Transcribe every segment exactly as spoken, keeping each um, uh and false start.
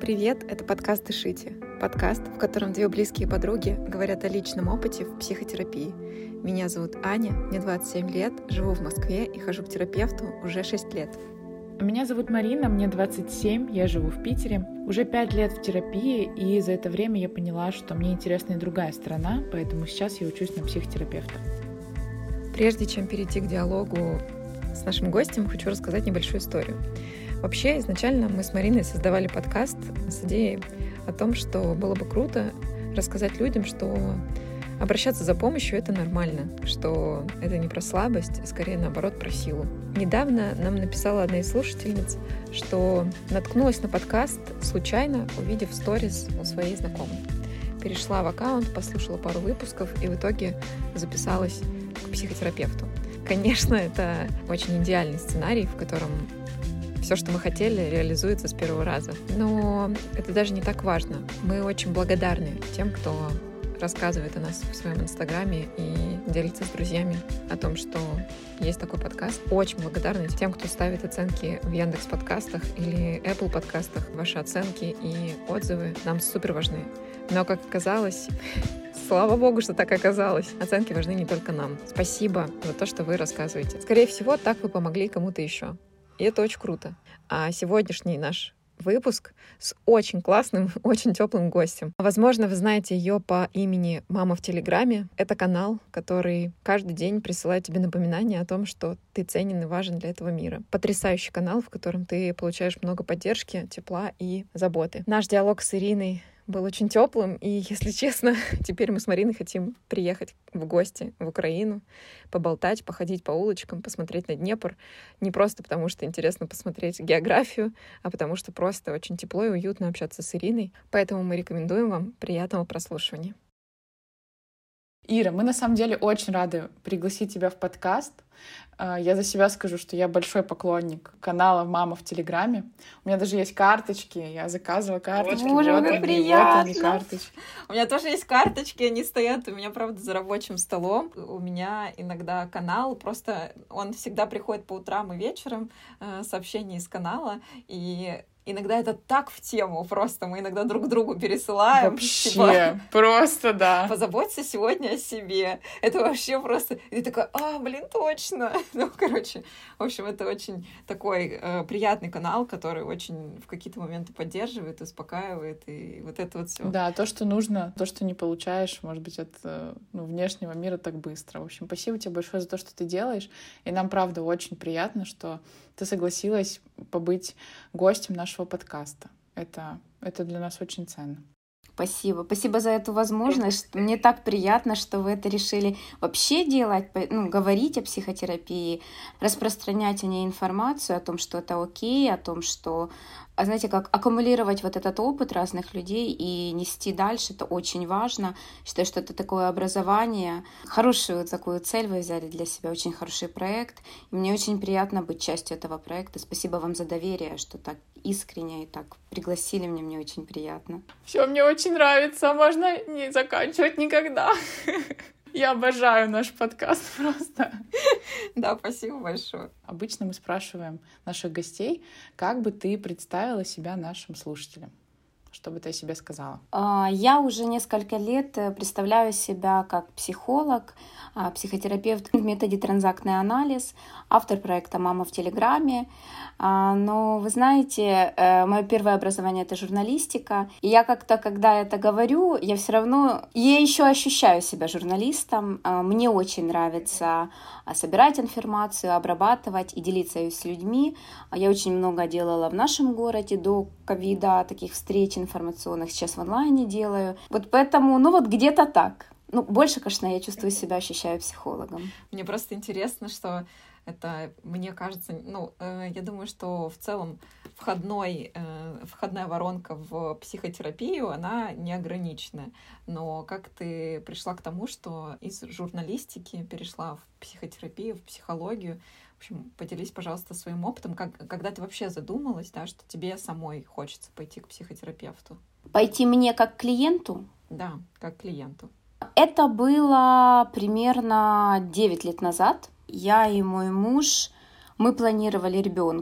привет! Это подкаст «Дышите». Подкаст, в котором две близкие подруги говорят о личном опыте в психотерапии. Меня зовут Аня, мне двадцать семь лет, живу в Москве и хожу к терапевту уже шесть лет. Меня зовут Марина, мне двадцать семь, я живу в Питере. Уже пять лет в терапии, и за это время я поняла, что мне интересна и другая сторона, поэтому сейчас я учусь на психотерапевта. Прежде чем перейти к диалогу с нашим гостем, хочу рассказать небольшую историю. Вообще, изначально мы с Мариной создавали подкаст с идеей о том, что было бы круто рассказать людям, что обращаться за помощью — это нормально, что это не про слабость, а скорее, наоборот, про силу. Недавно нам написала одна из слушательниц, что наткнулась на подкаст случайно, увидев сторис у своей знакомой. Перешла в аккаунт, послушала пару выпусков и в итоге записалась к психотерапевту. Конечно, это очень идеальный сценарий, в котором все, что мы хотели, реализуется с первого раза. Но это даже не так важно. Мы очень благодарны тем, кто рассказывает о нас в своем инстаграме и делится с друзьями о том, что есть такой подкаст. Очень благодарны тем, кто ставит оценки в Яндекс.Подкастах или Apple подкастах. Ваши оценки и отзывы нам супер важны. Но, как оказалось, слава богу, что так оказалось. Оценки важны не только нам. Спасибо за то, что вы рассказываете. Скорее всего, так вы помогли кому-то еще. И это очень круто. А сегодняшний наш выпуск с очень классным, очень теплым гостем. Возможно, вы знаете ее по имени «Мама в Телеграме». Это канал, который каждый день присылает тебе напоминания о том, что ты ценен и важен для этого мира. Потрясающий канал, в котором ты получаешь много поддержки, тепла и заботы. Наш диалог с Ириной был очень теплым, и, если честно, теперь мы с Мариной хотим приехать в гости в Украину, поболтать, походить по улочкам, посмотреть на Днепр. Не просто потому, что интересно посмотреть географию, а потому что просто очень тепло и уютно общаться с Ириной. Поэтому мы рекомендуем вам приятного прослушивания. Ира, мы на самом деле очень рады пригласить тебя в подкаст. Я за себя скажу, что я большой поклонник канала «Мама в Телеграме». У меня даже есть карточки, я заказывала карточки. Боже, вот как они, приятно! Вот они, карточки. У меня тоже есть карточки, они стоят у меня, правда, за рабочим столом. У меня иногда канал, просто он всегда приходит по утрам и вечером, сообщения из канала, и иногда это так в тему, просто мы иногда друг другу пересылаем. Вообще, типа, просто да. Позаботься сегодня о себе. Это вообще просто... И ты такая, а, блин, точно. Ну, короче, в общем, это очень такой э, приятный канал, который очень в какие-то моменты поддерживает, успокаивает, и вот это вот все. Да, то, что нужно, то, что не получаешь, может быть, от ну, внешнего мира так быстро. В общем, спасибо тебе большое за то, что ты делаешь. И нам, правда, очень приятно, что ты согласилась побыть гостем нашего подкаста. Это, это для нас очень ценно. Спасибо. Спасибо за эту возможность. Мне так приятно, что вы это решили вообще делать, ну, говорить о психотерапии, распространять о ней информацию, о том, что это окей, о том, что, знаете, как аккумулировать вот этот опыт разных людей и нести дальше, это очень важно. Считаю, что это такое образование. Хорошую такую цель вы взяли для себя, очень хороший проект. И мне очень приятно быть частью этого проекта. Спасибо вам за доверие, что так искренне и так пригласили меня, мне очень приятно. Все мне очень нравится, можно не заканчивать никогда. Я обожаю наш подкаст просто. Да, спасибо большое. Обычно мы спрашиваем наших гостей, как бы ты представила себя нашим слушателям? Что бы ты о себе сказала? Я уже несколько лет представляю себя как психолог, психотерапевт в методе транзактный анализ, автор проекта «Мама в Телеграме». Но вы знаете, мое первое образование — это журналистика. И я как-то, когда это говорю, я все равно... Я еще ощущаю себя журналистом. Мне очень нравится собирать информацию, обрабатывать и делиться ее с людьми. Я очень много делала в нашем городе до ковида, таких встреч информационных, сейчас в онлайне делаю. Вот поэтому, ну вот где-то так. Ну, больше, конечно, я чувствую себя, ощущаю психологом. Мне просто интересно, что это, мне кажется, ну, э, я думаю, что в целом входной, э, входная воронка в психотерапию, она неограниченная. Но как ты пришла к тому, что из журналистики перешла в психотерапию, в психологию? В общем, поделись, пожалуйста, своим опытом. Как, когда ты вообще задумалась, да, что тебе самой хочется пойти к психотерапевту? Пойти мне как клиенту? Да, как клиенту. Это было примерно девять лет назад. Я и мой муж, мы планировали ребенка.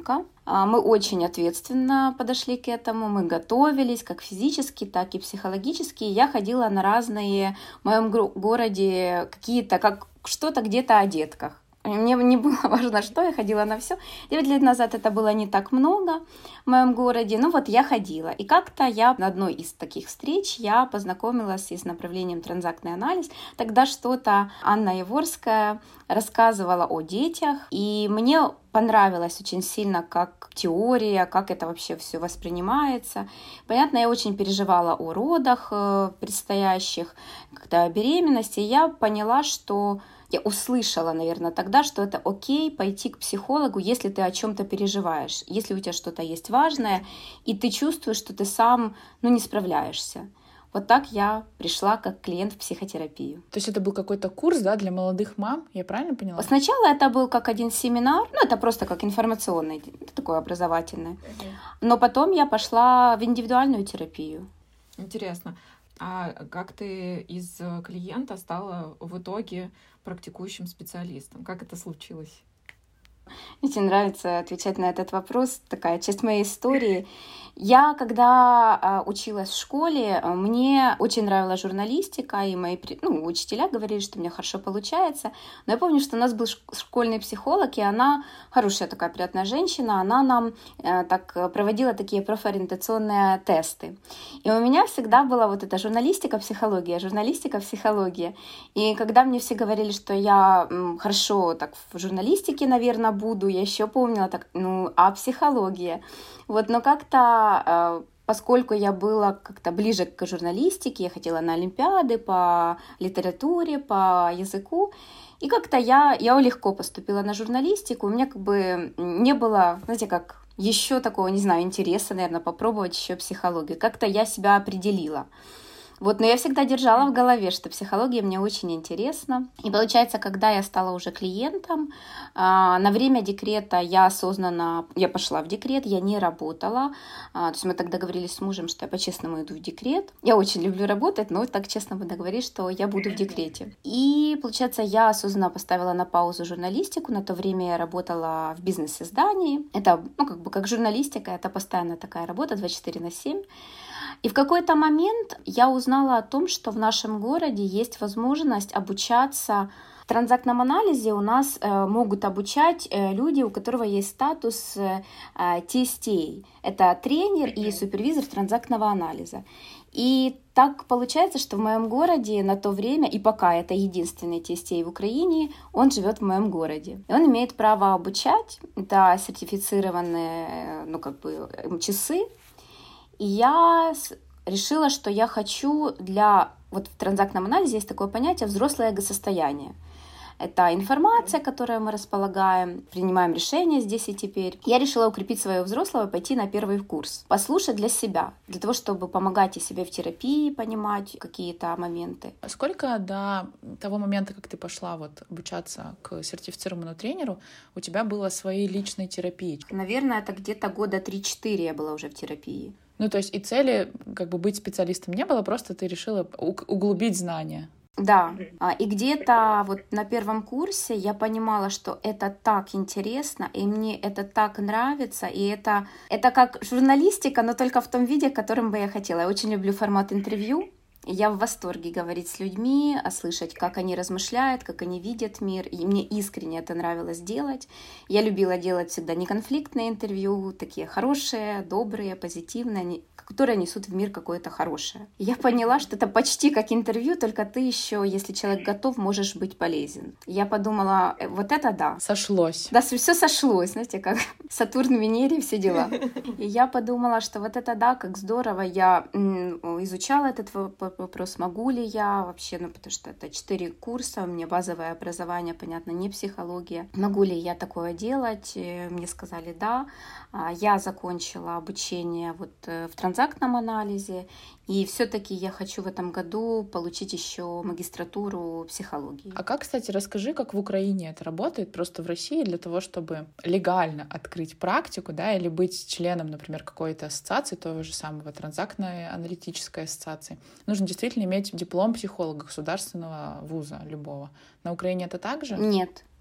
Мы очень ответственно подошли к этому, мы готовились как физически, так и психологически. Я ходила на разные в моем городе какие-то, как что-то где-то о детках. Мне не было важно, что, я ходила на все. Девять лет назад это было не так много в моем городе, но вот я ходила. И как-то я на одной из таких встреч я познакомилась с направлением транзактный анализ. Тогда что-то Анна Яворская рассказывала о детях, и мне понравилось очень сильно, как теория, как это вообще все воспринимается. Понятно, я очень переживала о родах предстоящих, когда о беременности. Я поняла, что я услышала, наверное, тогда, что это окей пойти к психологу, если ты о чем-то переживаешь, если у тебя что-то есть важное, и ты чувствуешь, что ты сам, ну, не справляешься. Вот так я пришла как клиент в психотерапию. То есть это был какой-то курс, да, для молодых мам, я правильно поняла? Сначала это был как один семинар, ну, это просто как информационный, такой образовательный. Okay. Но потом я пошла в индивидуальную терапию. Интересно. А как ты из клиента стала в итоге практикующим специалистом? Как это случилось? Мне нравится отвечать на этот вопрос, такая часть моей истории. Я, когда училась в школе, мне очень нравилась журналистика, и мои ну, учителя говорили, что у меня хорошо получается. Но я помню, что у нас был школьный психолог, и она, хорошая такая приятная женщина, она нам так проводила такие профориентационные тесты. И у меня всегда была вот эта журналистика, психология, журналистика, психология. И когда мне все говорили, что я хорошо так в журналистике, наверное, буду, я еще помнила так, ну, а психология. Вот, но как-то, поскольку я была как-то ближе к журналистике, я хотела на олимпиады по литературе, по языку, и как-то я, я легко поступила на журналистику, у меня как бы не было, знаете, как еще такого, не знаю, интереса, наверное, попробовать еще психологию. Как-то я себя определила. Вот, но я всегда держала в голове, что психология мне очень интересна. И получается, когда я стала уже клиентом, на время декрета я осознанно, я пошла в декрет, я не работала. То есть мы тогда договорились с мужем, что я по-честному иду в декрет. Я очень люблю работать, но так честно мы договорились, что я буду в декрете. И, получается, я осознанно поставила на паузу журналистику. На то время я работала в бизнес-издании. Это, ну, как бы как журналистика, это постоянно такая работа двадцать четыре на семь. И в какой-то момент я узнала о том, что в нашем городе есть возможность обучаться. В транзактном анализе у нас э, могут обучать э, люди, у которого есть статус э, ти эс ти эй. Это тренер и супервизор транзактного анализа. И так получается, что в моем городе на то время, и пока это единственный ти эс ти эй в Украине, он живет в моем городе. И он имеет право обучать. Это сертифицированные, ну, как бы, часы. И я решила, что я хочу для... Вот в транзактном анализе есть такое понятие «взрослое эго-состояние». Это информация, которой мы располагаем, принимаем решения здесь и теперь. Я решила укрепить своего взрослого и пойти на первый курс. Послушать для себя, для того, чтобы помогать и себе в терапии, понимать какие-то моменты. Сколько до того момента, как ты пошла вот обучаться к сертифицированному тренеру, у тебя было своей личной терапии? Наверное, это где-то года три-четыре я была уже в терапии. Ну, то есть и цели как бы быть специалистом не было, просто ты решила углубить знания. Да, и где-то вот на первом курсе я понимала, что это так интересно, и мне это так нравится, и это, это как журналистика, но только в том виде, которым бы я хотела. Я очень люблю формат интервью. Я в восторге говорить с людьми, слышать, как они размышляют, как они видят мир. И мне искренне это нравилось делать. Я любила делать всегда неконфликтные интервью, такие хорошие, добрые, позитивные, которые несут в мир какое-то хорошее. И я поняла, что это почти как интервью, только ты еще, если человек готов, можешь быть полезен. Я подумала, вот это да. Сошлось. Да, все сошлось, знаете, как Сатурн, Венере, все дела. И я подумала, что вот это да, как здорово. Я изучала этот вопрос, могу ли я вообще, ну, потому что это четыре курса, у меня базовое образование, понятно, не психология. Могу ли я такое делать? Мне сказали да. Я закончила обучение вот в транзактном анализе, и все-таки я хочу в этом году получить еще магистратуру психологии. А как, кстати, расскажи, как в Украине это работает, просто в России, для того, чтобы легально открыть практику, да, или быть членом, например, какой-то ассоциации, того же самого транзактной аналитической ассоциации, нужно действительно иметь диплом психолога государственного вуза любого. На Украине это так же? Нет.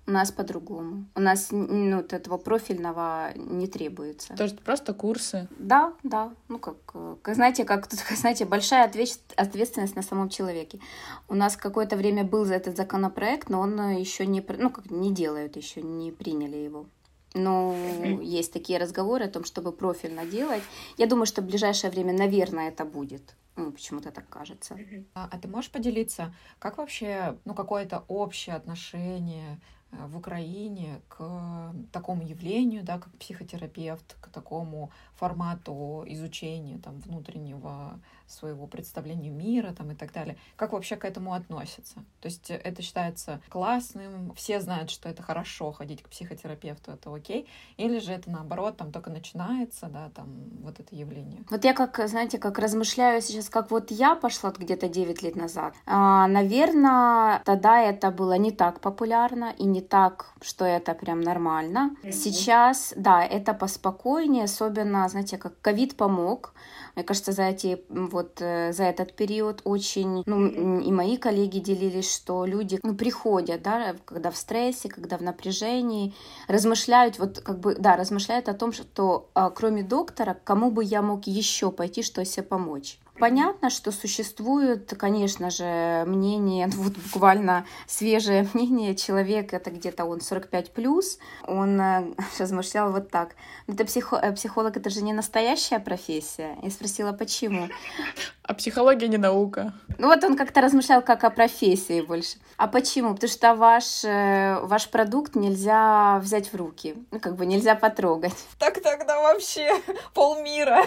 У нас по-другому. У нас ну, этого профильного не требуется. То есть просто курсы? Да, да. Ну, как, как знаете, как тут, знаете, большая ответственность на самом человеке. У нас какое-то время был за этот законопроект, но он еще не, ну, как не делают, еще не приняли его. Но mm-hmm. есть такие разговоры о том, чтобы профильно делать. Я думаю, что в ближайшее время, наверное, это будет. Ну, почему-то так кажется. А, а ты можешь поделиться, как вообще, ну, какое-то общее отношение в Украине к такому явлению, да, как психотерапевт, к такому формату изучения там, внутреннего своего представления мира там, и так далее. Как вообще к этому относятся? То есть это считается классным, все знают, что это хорошо ходить к психотерапевту, это окей, или же это наоборот, там только начинается, да, там вот это явление? Вот я как, знаете, как размышляю сейчас, как вот я пошла где-то девять лет назад, а, наверное, тогда это было не так популярно и не так, что это прям нормально. Mm-hmm. Сейчас, да, это поспокойнее, особенно, знаете, как ковид помог. Мне кажется, за эти вот за этот период очень, ну, и мои коллеги делились, что люди, ну, приходят, да, когда в стрессе, когда в напряжении, размышляют, вот как бы, да, размышляют о том, что кроме доктора, кому бы я мог еще пойти, что себе помочь. Понятно, что существует, конечно же, мнение, вот буквально свежее мнение человека, это где-то он сорок пять плюс, он размышлял вот так. Это психо- психолог, это же не настоящая профессия. Я спросила, почему? А психология не наука. Ну вот он как-то размышлял как о профессии больше. А почему? Потому что ваш, ваш продукт нельзя взять в руки, ну как бы нельзя потрогать. Так тогда вообще полмира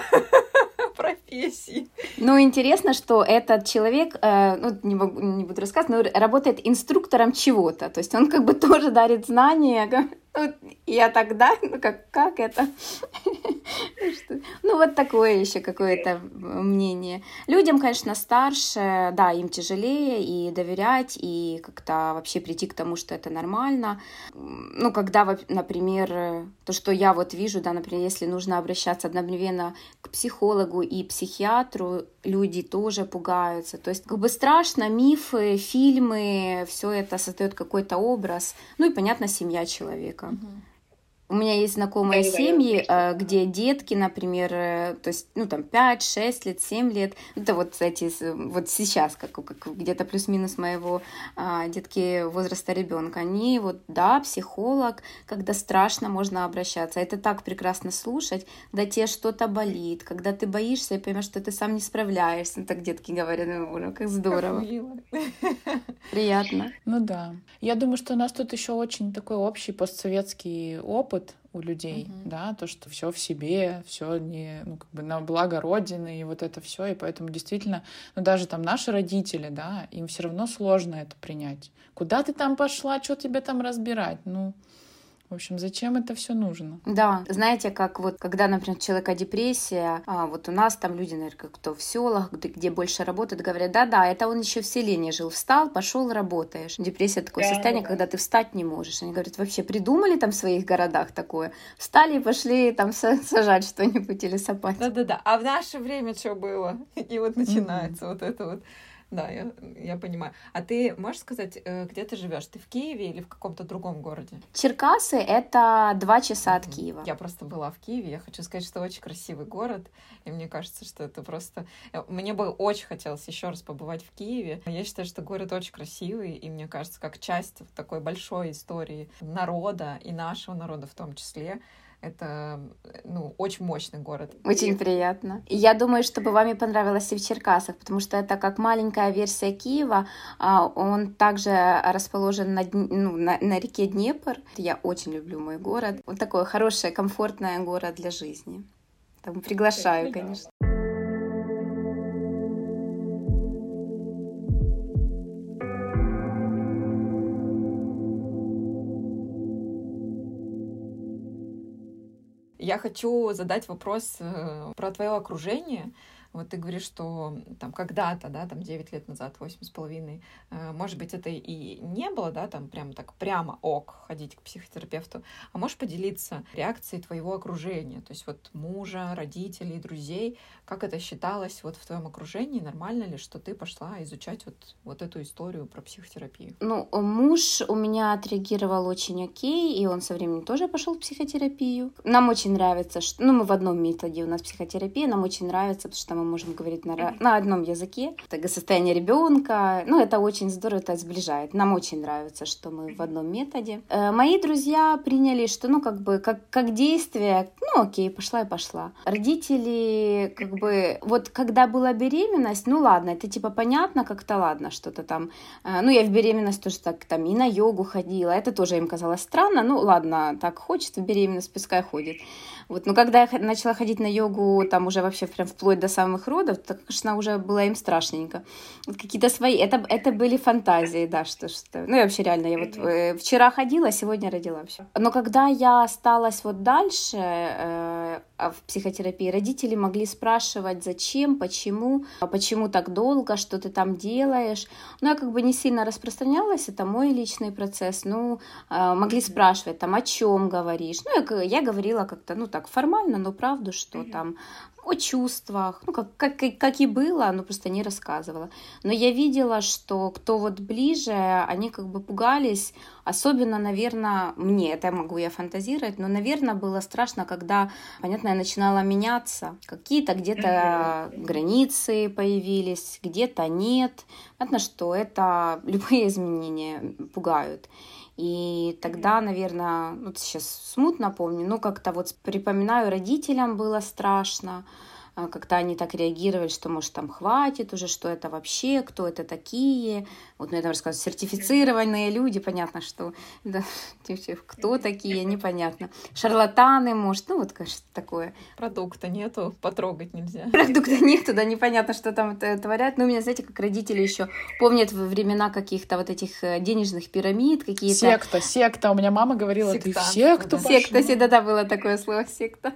профессий. Ну, интересно, что этот человек, э, ну, не, могу, не буду рассказывать, но работает инструктором чего-то. То есть он как бы тоже дарит знания. Ну, я тогда, ну, как, как это? Ну, вот такое еще какое-то мнение. Людям, конечно, старше, да, им тяжелее и доверять, и как-то вообще прийти к тому, что это нормально. Ну, когда, например, то, что я вот вижу, да, например, если нужно обращаться одновременно к психологу и психиатру, люди тоже пугаются. То есть, как бы страшно, мифы, фильмы, все это создает какой-то образ. Ну и, понятно, семья человека. Угу. У меня есть знакомые да, семьи, да, где детки, например, то есть, ну, там, пять-шесть лет, семь лет, это вот эти, вот сейчас, как, как где-то плюс-минус моего а, детки возраста ребенка, они вот, да, психолог, когда страшно, можно обращаться. Это так прекрасно слушать, когда тебе что-то болит, когда ты боишься и понимаешь, что ты сам не справляешься. Ну, так детки говорят, ну, как здорово. Как приятно. Ну да. Я думаю, что у нас тут еще очень такой общий постсоветский опыт у людей, uh-huh. да, то, что все в себе, все не, ну, как бы на благо Родины, и вот это все, и поэтому действительно, ну, даже там наши родители, да, им все равно сложно это принять. Куда ты там пошла, что тебе там разбирать? Ну, в общем, зачем это все нужно? Да, знаете, как вот, когда, например, у человека депрессия, а вот у нас там люди, наверное, кто в селах, где, где больше работают, говорят, да-да, это он еще в селе не жил, встал, пошел, работаешь. Депрессия — такое да, состояние, да. когда ты встать не можешь. Они говорят, вообще придумали там в своих городах такое? Встали и пошли там сажать что-нибудь или сапать. Да-да-да, а в наше время что было? И вот начинается mm-hmm. вот это вот. Да, я, я понимаю. А ты можешь сказать, где ты живешь? Ты в Киеве или в каком-то другом городе? Черкасы — это два часа от Киева. Я просто была в Киеве. Я хочу сказать, что очень красивый город. И мне кажется, что это просто... Мне бы очень хотелось еще раз побывать в Киеве. Я считаю, что город очень красивый. И мне кажется, как часть такой большой истории народа и нашего народа в том числе. Это, ну, очень мощный город. Очень приятно. И я думаю, что бы вам и понравилось и в Черкасах, потому что это как маленькая версия Киева. Он также расположен на, ну, на, на реке Днепр. Я очень люблю мой город. Он такой хороший, комфортный город для жизни. Там приглашаю, конечно. Я хочу задать вопрос про твое окружение. Вот ты говоришь, что там когда-то, да, там девять лет назад, восемь с половиной, может быть, это и не было, да, там прям так прямо ок ходить к психотерапевту, а можешь поделиться реакцией твоего окружения, то есть вот мужа, родителей, друзей, как это считалось вот в твоем окружении, нормально ли, что ты пошла изучать вот, вот эту историю про психотерапию? Ну, муж у меня отреагировал очень окей, и он со временем тоже пошел в психотерапию. Нам очень нравится, что, ну, мы в одном методе, у нас психотерапия, нам очень нравится, потому что мы можем говорить на, на одном языке. Это состояние ребенка, ну, это очень здорово, это сближает. Нам очень нравится, что мы в одном методе. Э, мои друзья приняли, что, ну, как бы, как, как действие, ну, окей, пошла и пошла. Родители, как бы, вот когда была беременность, ну, ладно, это типа понятно, как-то ладно, что-то там. Э, ну, я в беременность тоже так, там, и на йогу ходила, это тоже им казалось странно, ну, ладно, так хочет в беременность, пускай ходит. Вот, но когда я начала ходить на йогу, там уже вообще прям вплоть до самых родов, то, конечно, уже было им страшненько. Вот какие-то свои, это, это были фантазии, да, что, что... Ну, я вообще реально, я вот э, вчера ходила, сегодня родила вообще. Но когда я осталась вот дальше э, в психотерапии, родители могли спрашивать, зачем, почему, почему так долго, что ты там делаешь. Ну, я как бы не сильно распространялась, это мой личный процесс. Ну, э, могли спрашивать, там, о чем говоришь. Ну, я, я говорила как-то, ну, так формально, но правду, что mm-hmm. там о чувствах, ну, как, как, как и было, но просто не рассказывала. Но я видела, что кто вот ближе, они как бы пугались, особенно, наверное, мне, это могу я фантазировать, но, наверное, было страшно, когда, понятно, я начинала меняться, какие-то где-то mm-hmm. границы появились, где-то нет. Понятно, что это любые изменения пугают. И тогда, наверное, ну, сейчас смутно помню, но как-то вот припоминаю, родителям было страшно, как-то они так реагировали, что, может, там хватит уже, что это вообще, кто это такие. Вот, ну, я там рассказываю, сертифицированные люди, понятно, что, да, кто такие, непонятно. Шарлатаны, может, ну, вот, конечно, такое. Продукта нету, потрогать нельзя. Продукта нету, да, непонятно, что там творят. Ну, у меня, знаете, как родители еще помнят во времена каких-то вот этих денежных пирамид, какие-то... Секта, секта. У меня мама говорила, ты в секту пошла? Секта, всегда было такое слово, секта.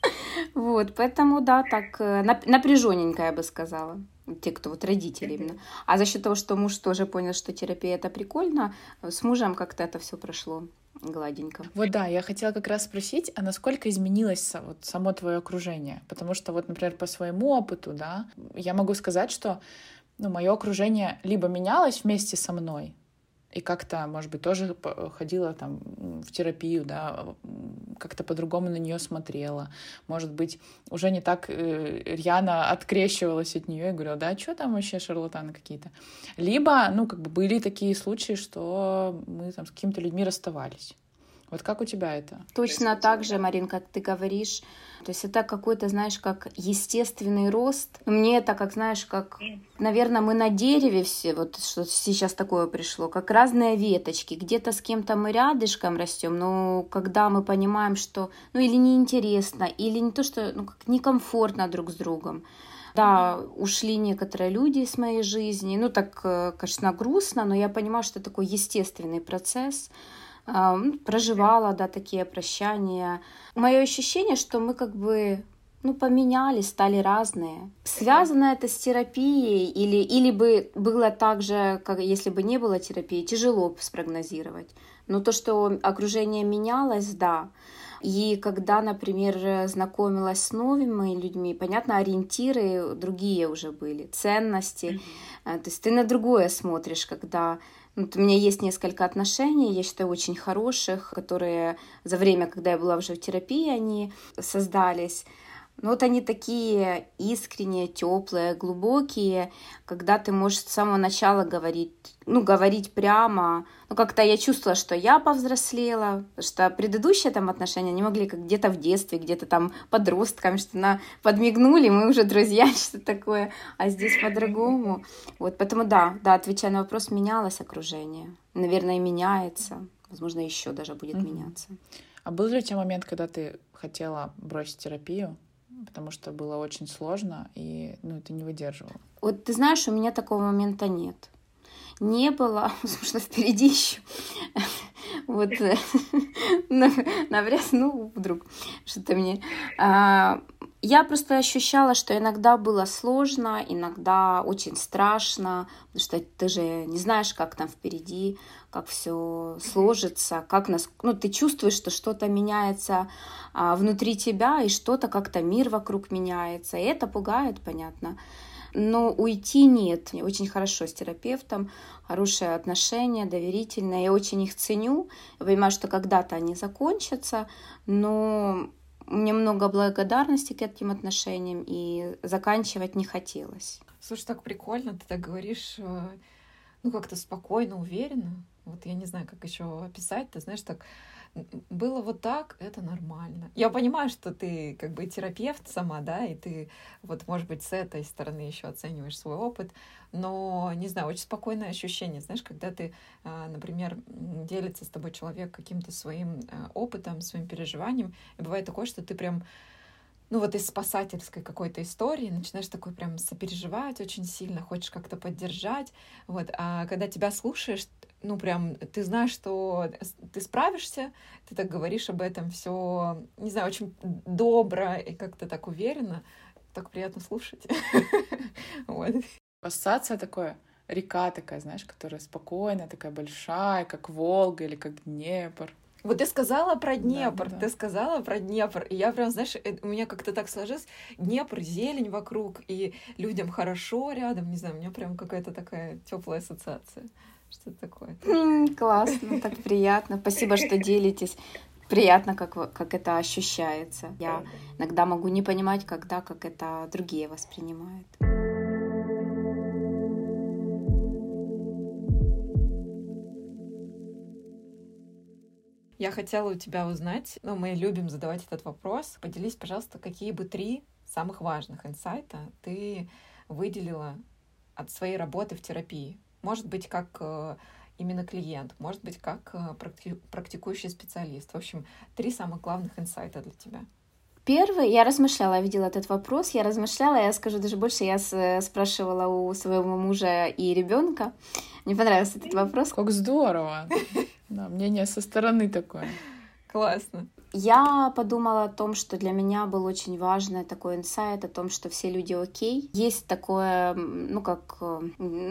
Вот, поэтому, да, так напряженненько, я бы сказала, те, кто вот родители именно. А за счет того, что муж тоже понял, что терапия это прикольно, с мужем как-то это все прошло гладенько. Вот да, я хотела как раз спросить, а насколько изменилось вот само твое окружение? Потому что вот, например, по своему опыту, да, я могу сказать, что, ну, мое окружение либо менялось вместе со мной, и как-то, может быть, тоже ходила там в терапию, да, как-то по-другому на нее смотрела. Может быть, уже не так э, рьяно открещивалась от нее и говорила, да, что там вообще шарлатаны какие-то. Либо, ну, как бы были такие случаи, что мы там с какими-то людьми расставались. Вот как у тебя это? Точно так же, Марин, как ты говоришь. То есть это какой-то, знаешь, как естественный рост. Мне это, как, знаешь, как, наверное, мы на дереве все, вот что сейчас такое пришло, как разные веточки. Где-то с кем-то мы рядышком растем, но когда мы понимаем, что, ну, или неинтересно, или не то, что, ну, как некомфортно друг с другом. Да, ушли некоторые люди из моей жизни. Ну, так, конечно, грустно, но я понимаю, что это такой естественный процесс. Проживала, да, такие прощания. Мое ощущение, что мы как бы, ну, поменялись, стали разные. Связано это с терапией или, или бы было так же, как если бы не было терапии, тяжело спрогнозировать. Но то, что окружение менялось, да. И когда, например, знакомилась с новыми людьми, понятно, ориентиры другие уже были, ценности. Mm-hmm. То есть ты на другое смотришь, когда... Вот у меня есть несколько отношений, я считаю, очень хороших, которые за время, когда я была уже в терапии, они создались. Но вот они такие искренние, теплые, глубокие, когда ты можешь с самого начала говорить, ну, говорить прямо. Ну, как-то я чувствовала, что я повзрослела, потому что предыдущие там отношения, они могли как где-то в детстве, где-то там подростками, что на подмигнули, мы уже друзья, что такое, а здесь по-другому. Вот, поэтому да, да, отвечая на вопрос, менялось окружение. Наверное, и меняется, возможно, еще даже будет mm-hmm. меняться. А был ли у тебя момент, когда ты хотела бросить терапию? Потому что было очень сложно, и, ну, ты не выдерживала. Вот ты знаешь, у меня такого момента нет. Не было, возможно, впереди еще. Вот, навряд, ну, вдруг что-то мне... Я просто ощущала, что иногда было сложно, иногда очень страшно, потому что ты же не знаешь, как там впереди, как все сложится, как нас, ну, ты чувствуешь, что что-то меняется а, внутри тебя, и что-то как-то мир вокруг меняется, и это пугает, понятно. Но уйти нет. Мне очень хорошо с терапевтом, хорошие отношения, доверительные. Я очень их ценю. Я понимаю, что когда-то они закончатся, но мне много благодарности к этим отношениям, и заканчивать не хотелось. Слушай, так прикольно, ты так говоришь, ну, как-то спокойно, уверенно. Вот я не знаю, как еще описать. Ты знаешь, так было вот так, это нормально. Я понимаю, что ты как бы терапевт сама, да, и ты вот, может быть, с этой стороны еще оцениваешь свой опыт, но, не знаю, очень спокойное ощущение, знаешь, когда ты, например, делится с тобой человек каким-то своим опытом, своим переживанием, и бывает такое, что ты прям, ну вот из спасательской какой-то истории начинаешь такой прям сопереживать очень сильно, хочешь как-то поддержать, вот, а когда тебя слушаешь, ну прям ты знаешь, что ты справишься, ты так говоришь об этом все, не знаю, очень добро и как-то так уверенно, так приятно слушать. Вот. Ассоциация такое, река такая, знаешь, которая спокойная, такая большая, как Волга или как Днепр. Вот ты сказала про Днепр, Да, да, ты да. сказала про Днепр, и я прям, знаешь, у меня как-то так сложилось, Днепр, зелень вокруг, и людям хорошо рядом, не знаю, у меня прям какая-то такая теплая ассоциация. Что это такое? М, классно, так приятно. Спасибо, что делитесь. Приятно, как, вы- как это ощущается. Я иногда могу не понимать, когда, как это другие воспринимают. Я хотела у тебя узнать, ну, мы любим задавать этот вопрос. Поделись, пожалуйста, какие бы три самых важных инсайта ты выделила от своей работы в терапии? Может быть, как э, именно клиент, может быть, как э, практи- практикующий специалист. В общем, три самых главных инсайта для тебя. Первый, я размышляла, я видела этот вопрос, я размышляла, я скажу даже больше, я с- спрашивала у своего мужа и ребенка. Мне понравился этот вопрос. Как здорово! Да, мнение со стороны такое. Классно. Я подумала о том, что для меня был очень важный такой инсайт о том, что все люди окей. Есть такое, ну, как э,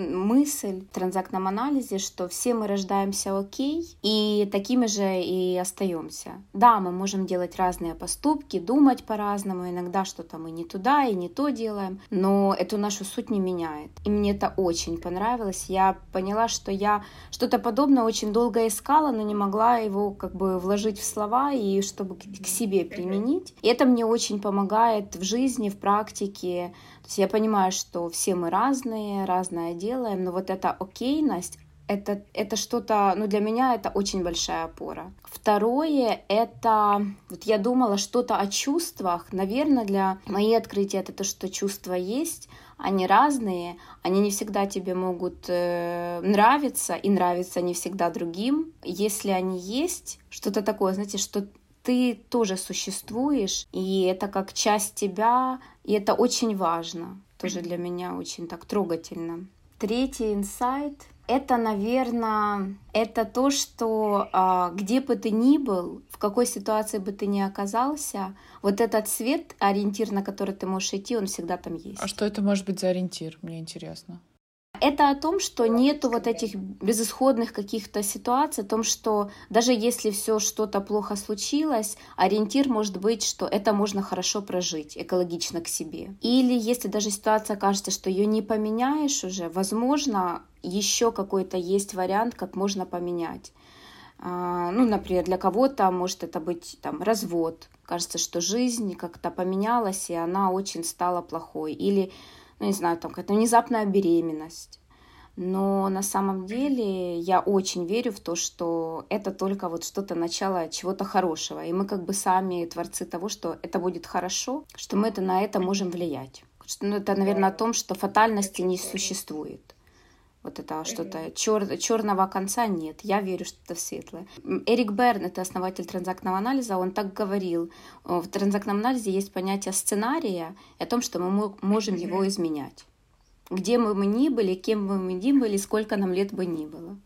мысль в транзактном анализе, что все мы рождаемся окей, и такими же и остаемся. Да, мы можем делать разные поступки, думать по-разному, иногда что-то мы не туда и не то делаем, но эту нашу суть не меняет. И мне это очень понравилось. Я поняла, что я что-то подобное очень долго искала, но не могла его как бы вложить в слова и чтобы к себе применить. И это мне очень помогает в жизни, в практике. То есть я понимаю, что все мы разные, разное делаем, но вот эта окейность, это, это что-то, ну для меня это очень большая опора. Второе, это, вот я думала что-то о чувствах. Наверное, для мои открытия это то, что чувства есть, они разные, они не всегда тебе могут э, нравиться, и нравятся не всегда другим. Если они есть, что-то такое, знаете, что ты тоже существуешь, и это как часть тебя, и это очень важно, тоже для меня очень так трогательно. Третий инсайт — это, наверное, это то, что а, где бы ты ни был, в какой ситуации бы ты ни оказался, вот этот свет, ориентир, на который ты можешь идти, он всегда там есть. А что это может быть за ориентир? Мне интересно. Это о том, что нету вот этих безысходных каких-то ситуаций, о том, что даже если все что-то плохо случилось, ориентир может быть, что это можно хорошо прожить, экологично к себе. Или если даже ситуация кажется, что ее не поменяешь уже, возможно, еще какой-то есть вариант, как можно поменять. Ну, например, для кого-то может это быть там развод. Кажется, что жизнь как-то поменялась, и она очень стала плохой. Или ну, не знаю, там какая-то внезапная беременность. Но на самом деле я очень верю в то, что это только вот что-то начало чего-то хорошего. И мы как бы сами творцы того, что это будет хорошо, что мы это, на это можем влиять. Что, ну, это, наверное, о том, что фатальности не существует. Вот это что-то чер, черного конца нет. Я верю, что это светлое. Эрик Берн, это основатель транзактного анализа, он так говорил. В транзактном анализе есть понятие сценария и о том, что мы можем его изменять. Где бы мы ни были, кем бы мы ни были, сколько нам лет бы ни было.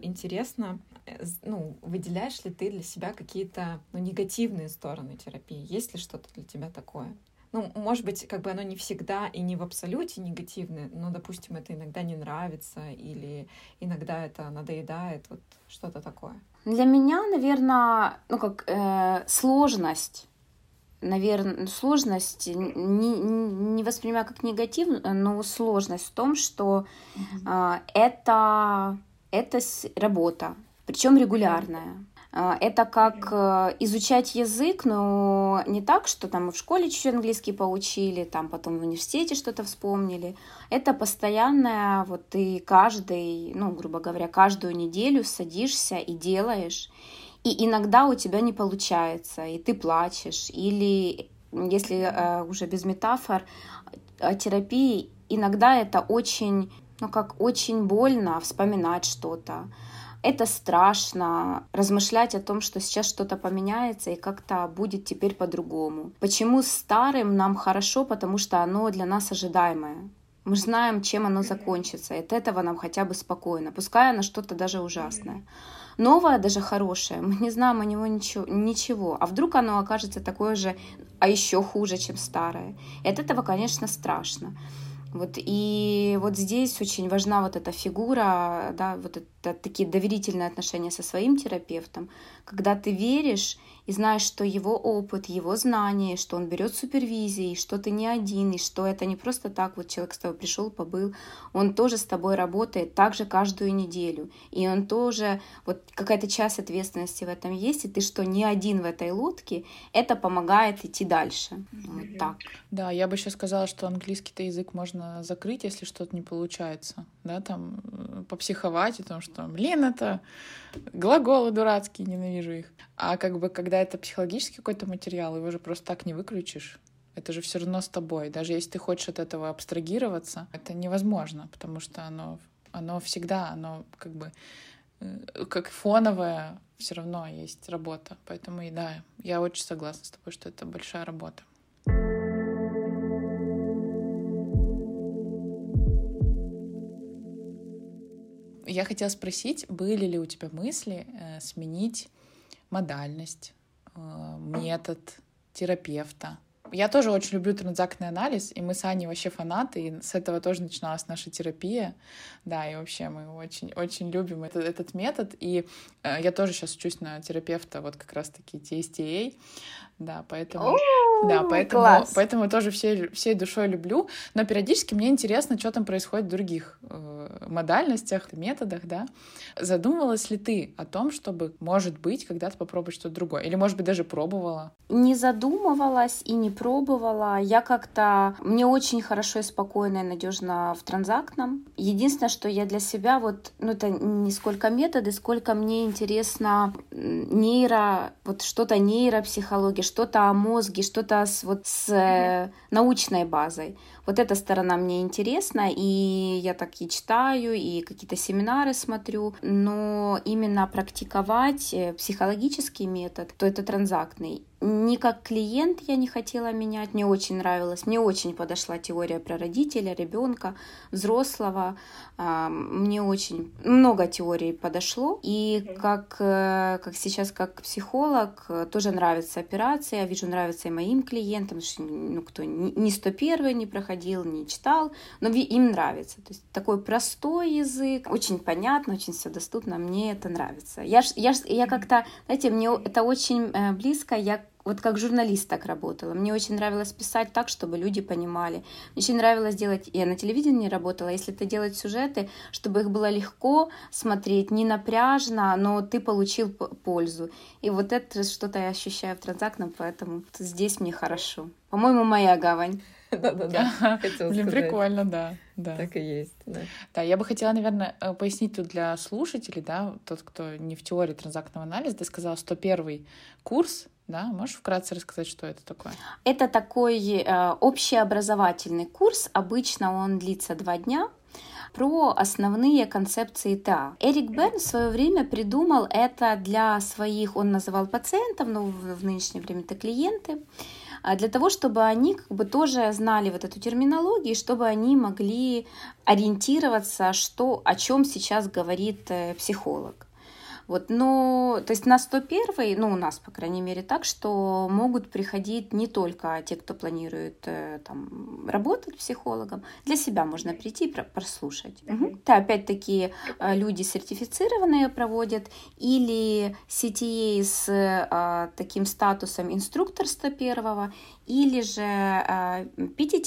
интересно, ну, выделяешь ли ты для себя какие-то, ну, негативные стороны терапии? Есть ли что-то для тебя такое? Ну, может быть, как бы оно не всегда и не в абсолюте негативное, но, допустим, это иногда не нравится или иногда это надоедает, вот что-то такое. Для меня, наверное, ну как э, сложность, наверное, сложность не, не воспринимаю как негатив, но сложность в том, что э, это, это работа, причем регулярная. Это как изучать язык, но не так, что там мы в школе чуть-чуть английский поучили, там потом в университете что-то вспомнили. Это постоянное, вот ты каждый, ну, грубо говоря, каждую неделю садишься и делаешь, и иногда у тебя не получается, и ты плачешь, или, если уже без метафор, терапии, иногда это очень, ну, как очень больно вспоминать что-то. Это страшно, размышлять о том, что сейчас что-то поменяется и как-то будет теперь по-другому. Почему старым нам хорошо? Потому что оно для нас ожидаемое. Мы знаем, чем оно закончится, и от этого нам хотя бы спокойно, пускай оно что-то даже ужасное. Новое, даже хорошее, мы не знаем о него ничего, ничего. А вдруг оно окажется такое же, а еще хуже, чем старое. И от этого, конечно, страшно. Вот, и вот здесь очень важна вот эта фигура, да, вот это такие доверительные отношения со своим терапевтом, когда ты веришь и знаешь, что его опыт, его знания, что он берет супервизии, что ты не один, и что это не просто так, вот человек с тобой пришел, побыл, он тоже с тобой работает также каждую неделю, и он тоже, вот какая-то часть ответственности в этом есть, и ты что, не один в этой лодке, это помогает идти дальше. Вот так. Да, я бы еще сказала, что английский-то язык можно закрыть, если что-то не получается, да, там, попсиховать, о том, что, блин, это глаголы дурацкие, ненавижу их. А как бы, когда это психологический какой-то материал, его же просто так не выключишь. Это же все равно с тобой. Даже если ты хочешь от этого абстрагироваться, это невозможно, потому что оно, оно всегда, оно как бы как фоновое, все равно есть работа. Поэтому и да, я очень согласна с тобой, что это большая работа. Я хотела спросить, были ли у тебя мысли э, сменить модальность, э, метод терапевта? Я тоже очень люблю транзактный анализ, и мы с Аней вообще фанаты, и с этого тоже начиналась наша терапия. Да, и вообще мы очень, очень любим этот, этот метод. И э, я тоже сейчас учусь на терапевта, вот как раз-таки ти эс ти эй. Да, поэтому, да, поэтому, поэтому тоже всей, всей душой люблю. Но периодически мне интересно, что там происходит в других э, модальностях, методах, да. Задумывалась ли ты о том, чтобы, может быть, когда-то попробовать что-то другое? Или, может быть, даже пробовала? Не задумывалась и не пробовала. Я как-то... Мне очень хорошо и спокойно и надежно в транзактном. Единственное, что я для себя вот... Ну, это не сколько методы, сколько мне интересно нейро... Вот что-то нейропсихология, что-то о мозге, что-то с, вот с э, научной базой. Вот эта сторона мне интересна, и я так и читаю, и какие-то семинары смотрю, но именно практиковать психологический метод, то это транзактный. Не как клиент я не хотела менять, мне очень нравилось, мне очень подошла теория про родителя, ребенка, взрослого, мне очень много теорий подошло, и как, как сейчас как психолог тоже нравится операция, я вижу, нравится и моим клиентам, ну, кто не сто первый не проходил, не читал, но им нравится, то есть такой простой язык, очень понятно, очень все доступно, мне это нравится. Я, я, я как-то, знаете, мне это очень близко, я вот как журналист так работала. Мне очень нравилось писать так, чтобы люди понимали. Мне очень нравилось делать, я на телевидении работала, если это делать сюжеты, чтобы их было легко смотреть, не напряжно, но ты получил пользу. И вот это что-то я ощущаю в транзактном, поэтому здесь мне хорошо. По-моему, моя гавань. Да-да-да. Блин, прикольно, да. Да. Так и есть, да. Да, я бы хотела, наверное, пояснить тут для слушателей, да, тот, кто не в теории транзактного анализа, ты сказала сто первый курс, да, можешь вкратце рассказать, что это такое? Это такой э, общеобразовательный курс, обычно он длится два дня, про основные концепции ТА. Эрик Берн в свое время придумал это для своих, он называл пациентов, но в, в нынешнее время это клиенты, для того, чтобы они как бы тоже знали вот эту терминологию, чтобы они могли ориентироваться, что, о чем сейчас говорит психолог. Вот, но, то есть на сто первый, ну, у нас, по крайней мере, так, что могут приходить не только те, кто планирует там, работать психологом, для себя можно прийти и прослушать. Mm-hmm. Угу. Да, опять-таки, люди сертифицированные проводят, или си ти эй с а, таким статусом инструктор сто первого, или же а, пи ти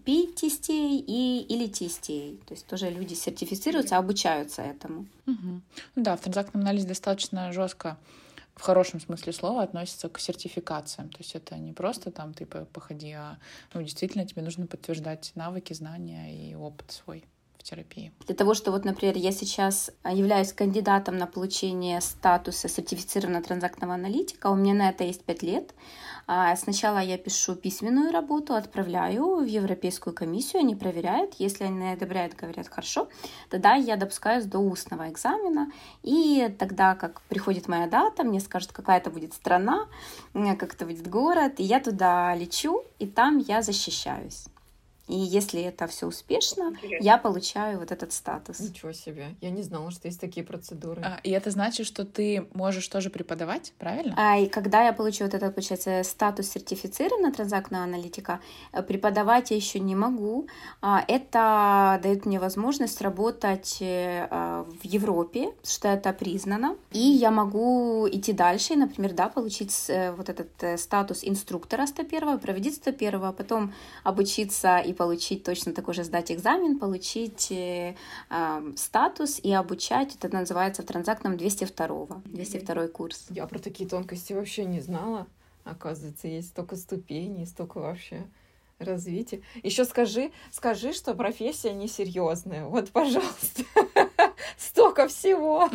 ти эй и, или ти эс ти эй. То есть тоже люди сертифицируются, обучаются этому. Угу. Да, в транзактном анализе достаточно жестко, в хорошем смысле слова, относится к сертификациям. То есть это не просто там ты походи, а ну, действительно тебе нужно подтверждать навыки, знания и опыт свой в терапии. Для того, что вот, например, я сейчас являюсь кандидатом на получение статуса сертифицированного транзактного аналитика, у меня на это есть пять лет. Сначала я пишу письменную работу, отправляю в Европейскую комиссию, они проверяют. Если они одобряют, говорят хорошо, тогда я допускаюсь до устного экзамена. И тогда, как приходит моя дата, мне скажут, какая это будет страна, как это будет город, и я туда лечу, и там я защищаюсь. И если это все успешно, интересно, я получаю вот этот статус. Ничего себе. Я не знала, что есть такие процедуры. А, и это значит, что ты можешь тоже преподавать, правильно? А, и когда я получу вот этот, получается, статус сертифицированного транзактного аналитика, преподавать я еще не могу. А, это дает мне возможность работать а, в Европе, что это признано. И я могу идти дальше, и, например, да, получить вот этот статус инструктора сто первого, проводить сто первого, потом обучиться и получить точно такой же, сдать экзамен, получить э, э, статус и обучать. Это называется в транзактном двести второго, двести второй курс. Я про такие тонкости вообще не знала. Оказывается, есть столько ступеней, столько вообще развития. Еще скажи, скажи, что профессия несерьезная. Вот, пожалуйста. Столько всего.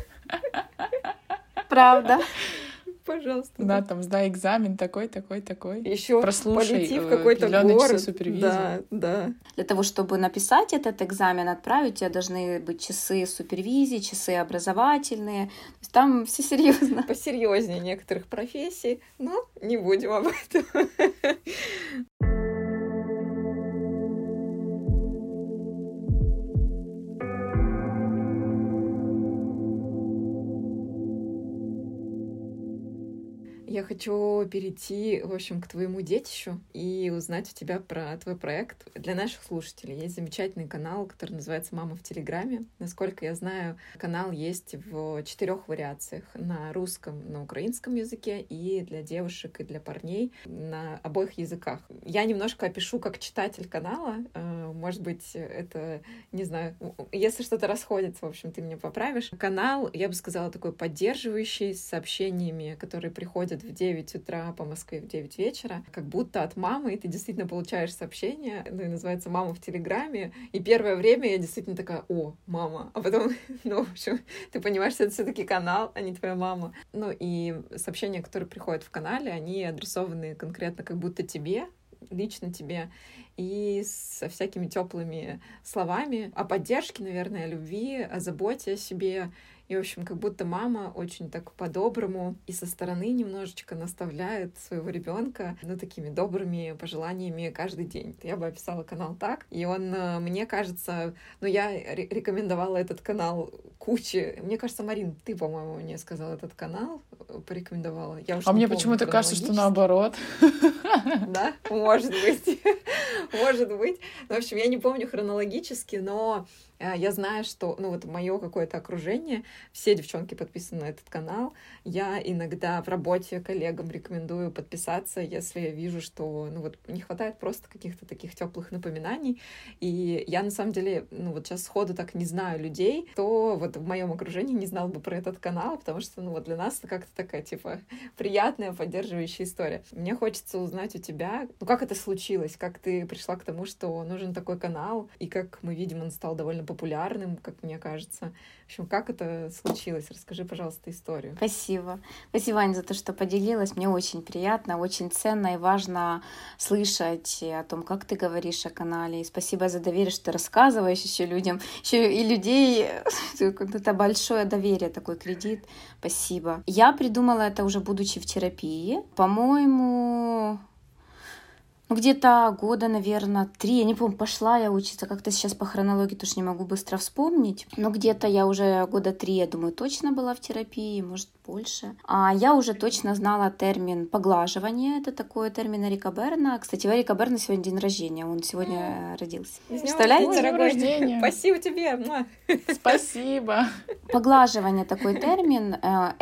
Правда. Пожалуйста. Да, там сдай экзамен такой, такой, такой. Еще прослушай полети в какой-то город. Супервизии. Да, да. Для того, чтобы написать этот экзамен, отправить, у тебя должны быть часы супервизии, часы образовательные. То есть там все серьезно. Посерьезнее некоторых профессий, но не будем об этом. Я хочу перейти, в общем, к твоему детищу и узнать у тебя про твой проект. Для наших слушателей есть замечательный канал, который называется «Мама в Телеграме». Насколько я знаю, канал есть в четырех вариациях: на русском, на украинском языке, и для девушек, и для парней на обоих языках. Я немножко опишу как читатель канала. Может быть, это, не знаю, если что-то расходится, в общем, ты меня поправишь. Канал, я бы сказала, такой поддерживающий, с сообщениями, которые приходят в девять утра по Москве, в девять вечера, как будто от мамы, и ты действительно получаешь сообщение, ну и называется «Мама в Телеграме», и первое время я действительно такая: о, мама, а потом, ну, в общем, ты понимаешь, что это все-таки канал, а не твоя мама. Ну и сообщения, которые приходят в канале, они адресованы конкретно как будто тебе, лично тебе, и со всякими теплыми словами о поддержке, наверное, о любви, о заботе о себе. И, в общем, как будто мама очень так по-доброму и со стороны немножечко наставляет своего ребенка, ну, такими добрыми пожеланиями каждый день. Я бы описала канал так. И он, мне кажется, ну, я рекомендовала этот канал куче. Мне кажется, Марин, ты, по-моему, мне сказала этот канал, порекомендовала. Я а мне почему-то кажется, что наоборот. Да, может быть. Может быть. В общем, я не помню хронологически, но я знаю, что, ну, вот мое какое-то окружение, все девчонки подписаны на этот канал. Я иногда в работе коллегам рекомендую подписаться, если я вижу, что, ну, вот не хватает просто каких-то таких теплых напоминаний. И я, на самом деле, ну, вот сейчас сходу так не знаю людей, кто вот в моем окружении не знал бы про этот канал, потому что, ну, вот для нас это как-то такая, типа, приятная, поддерживающая история. Мне хочется узнать у тебя, ну, как это случилось, как ты пришла к тому, что нужен такой канал, и как мы видим, он стал довольно популярным, как мне кажется. В общем, как это случилось? Расскажи, пожалуйста, историю. Спасибо. Спасибо, Аня, за то, что поделилась. Мне очень приятно, очень ценно и важно слышать о том, как ты говоришь о канале. И спасибо за доверие, что ты рассказываешь еще людям. Еще и людей. Это большое доверие, такой кредит. Спасибо. Я придумала это уже будучи в терапии. По-моему, Ну, где-то года, наверное, три, я не помню, пошла я учиться, как-то сейчас по хронологии тоже не могу быстро вспомнить, но где-то я уже года три, я думаю, точно была в терапии, может, больше. А я уже точно знала термин поглаживание, это такой термин Эрика Берна. Кстати, у Эрика Берна сегодня день рождения, он сегодня родился. Представляете? День рождения. Спасибо тебе. Спасибо. Поглаживание такой термин,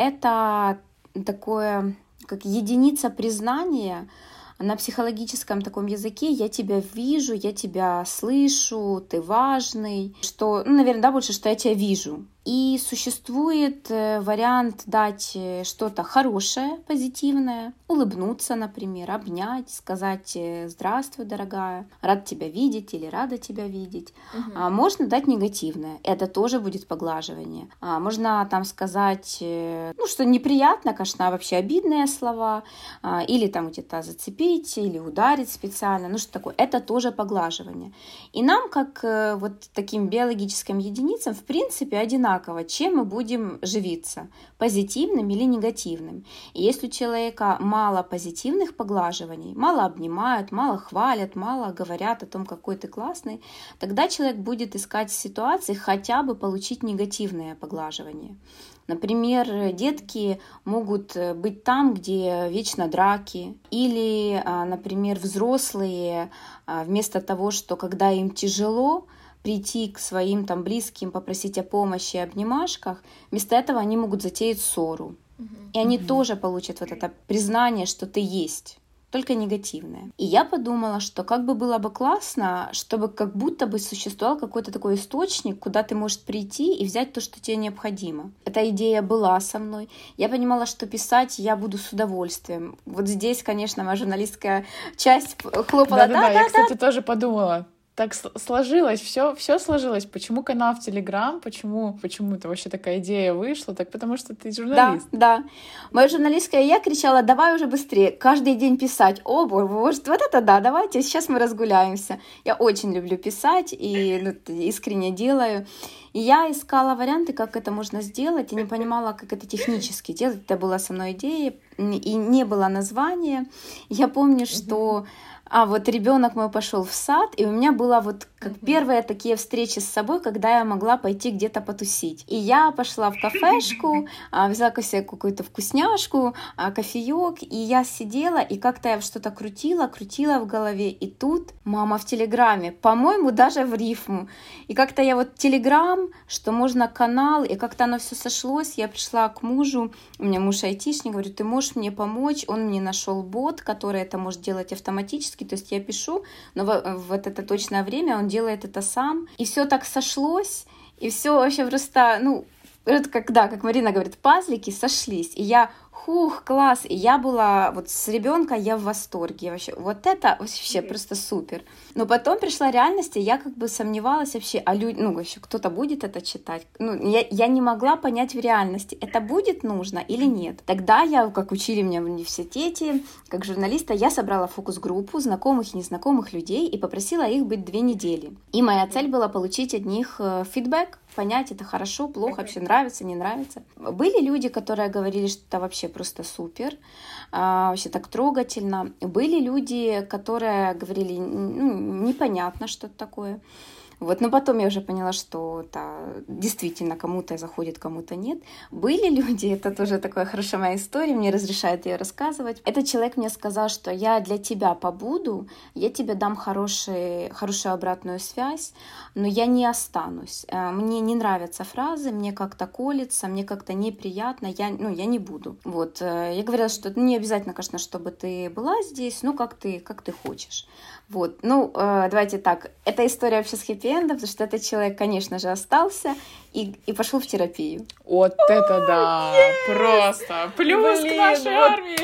это такое, как единица признания. На психологическом таком языке я тебя вижу, я тебя слышу, ты важный, что, ну, наверное, да, больше, что я тебя вижу. И существует вариант дать что-то хорошее, позитивное, улыбнуться, например, обнять, сказать «Здравствуй, дорогая, рад тебя видеть» или «Рада тебя видеть». Угу. А можно дать негативное, это тоже будет поглаживание. А можно там сказать, ну, что неприятно, конечно, вообще обидные слова, или там где-то зацепить, или ударить специально, ну, что такое, это тоже поглаживание. И нам, как вот таким биологическим единицам, в принципе, одинаково, чем мы будем живиться, позитивным или негативным. И если у человека мало позитивных поглаживаний, мало обнимают, мало хвалят, мало говорят о том, какой ты классный, тогда человек будет искать ситуации хотя бы получить негативное поглаживание. Например, детки могут быть там, где вечно драки, или, например, взрослые вместо того, что когда им тяжело, прийти к своим там близким, попросить о помощи, обнимашках, вместо этого они могут затеять ссору. Uh-huh. И они uh-huh. тоже получат вот это признание, что ты есть, только негативное. И я подумала, что как бы было бы классно, чтобы как будто бы существовал какой-то такой источник, куда ты можешь прийти и взять то, что тебе необходимо. Эта идея была со мной. Я понимала, что писать я буду с удовольствием. Вот здесь, конечно, моя журналистская часть хлопала. Да-да-да, я, кстати, тоже подумала. Так сложилось, все, все сложилось. Почему канал в Телеграм? Почему, почему это вообще такая идея вышла? Так потому что ты журналист. Да, да. Моя журналистская я кричала: давай уже быстрее, каждый день писать. О, боже, вот это да, давайте, сейчас мы разгуляемся. Я очень люблю писать и ну, искренне делаю. И я искала варианты, как это можно сделать, и не понимала, как это технически делать. Это была со мной идея, и не было названия. Я помню, что а вот ребенок мой пошел в сад, и у меня была вот как mm-hmm. первые такие встречи с собой, когда я могла пойти где-то потусить. И я пошла в кафешку, взяла себе какую-то вкусняшку, кофеек, и я сидела, и как-то я что-то крутила, крутила в голове, и тут мама в Телеграме, по-моему, даже в рифму. И как-то я вот Телеграм, что можно канал, и как-то оно все сошлось. Я пришла к мужу, у меня муж айтишник, говорю: ты можешь мне помочь? Он мне нашел бот, который это может делать автоматически. То есть я пишу, но в, в это точное время он делает это сам. И все так сошлось, и все вообще просто, ну, это как, да, как Марина говорит, пазлики сошлись. И я, хух, класс, и я была вот с ребенка, я в восторге вообще. Вот это вообще просто супер. Но потом пришла реальность, и я как бы сомневалась вообще, а люди, ну, вообще кто-то будет это читать? Ну, я, я не могла понять в реальности, это будет нужно или нет. Тогда я, как учили меня в университете, как журналиста, я собрала фокус-группу знакомых и незнакомых людей и попросила их быть две недели. И моя цель была получить от них фидбэк, понять, это хорошо, плохо, вообще нравится, не нравится. Были люди, которые говорили, что это вообще просто супер, вообще так трогательно. Были люди, которые говорили, ну, непонятно, что это такое. Вот, но потом я уже поняла, что это действительно кому-то заходит, кому-то нет. Были люди, это тоже такая хорошая моя история, мне разрешают ее рассказывать. Этот человек мне сказал, что я для тебя побуду, я тебе дам хороший, хорошую обратную связь, но я не останусь. Мне не нравятся фразы, мне как-то колется, мне как-то неприятно, я, ну, я не буду. Вот, я говорила, что не обязательно, конечно, чтобы ты была здесь, ну, как ты, как ты хочешь. Вот, ну, давайте так, эта история вообще с хэппи-эндом, потому что этот человек, конечно же, остался и, и пошел в терапию. Вот это да! Просто плюс к нашей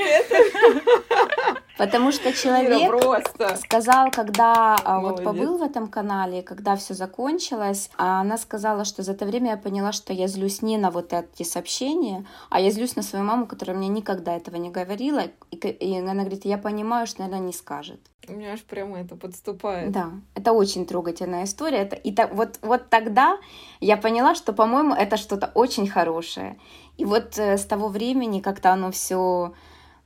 армии! Потому что человек сказал, когда вот побыл в этом канале, когда все закончилось, она сказала, что за это время я поняла, что я злюсь не на вот эти сообщения, а я злюсь на свою маму, которая мне никогда этого не говорила. И она говорит, я понимаю, что, наверное, не скажет. У меня аж прямо это подступает. Да, это очень трогательная история. Это, и так, вот, вот тогда я поняла, что, по-моему, это что-то очень хорошее. И вот э, с того времени как-то оно все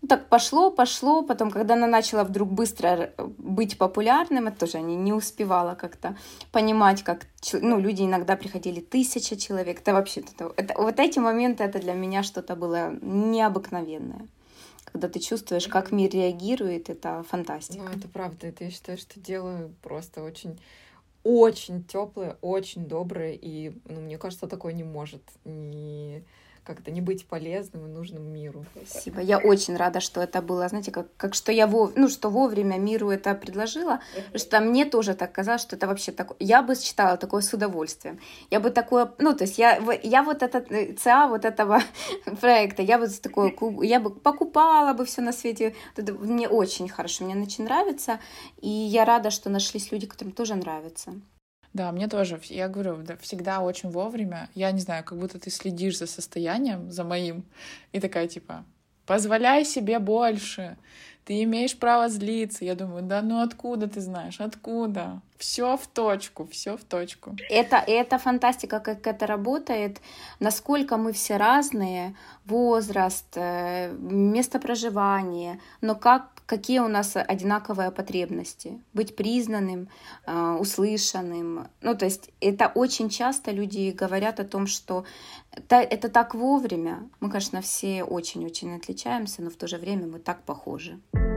Так пошло, пошло, потом, когда она начала вдруг быстро быть популярным, это тоже не, не успевала как-то понимать, как ну, люди иногда приходили тысяча человек, это вообще, это, это, вот эти моменты, это для меня что-то было необыкновенное. Когда ты чувствуешь, как мир реагирует, это фантастика. Ну, это правда, это я считаю, что дело просто очень, очень теплое, очень доброе, и, ну, мне кажется, такое не может не... как-то не быть полезным и нужным миру. Спасибо. Я очень рада, что это было, знаете, как, как что я вов... ну, что вовремя миру это предложила, потому что мне тоже так казалось, что это вообще такое. Я бы читала такое с удовольствием. Я бы такое, ну, то есть я, я вот этот ЦА вот этого проекта, я бы такое, я бы покупала бы все на свете. Это мне очень хорошо, мне очень нравится, и я рада, что нашлись люди, которым тоже нравится. Да, мне тоже. Я говорю, да, всегда очень вовремя. Я не знаю, как будто ты следишь за состоянием, за моим, и такая типа, позволяй себе больше, ты имеешь право злиться. Я думаю, да ну откуда ты знаешь, откуда? Все в точку, все в точку. Это, это фантастика, как это работает, насколько мы все разные, возраст, место проживания, но как, какие у нас одинаковые потребности. Быть признанным, услышанным. Ну, то есть это очень часто люди говорят о том, что это, это так вовремя. Мы, конечно, все очень-очень отличаемся, но в то же время мы так похожи.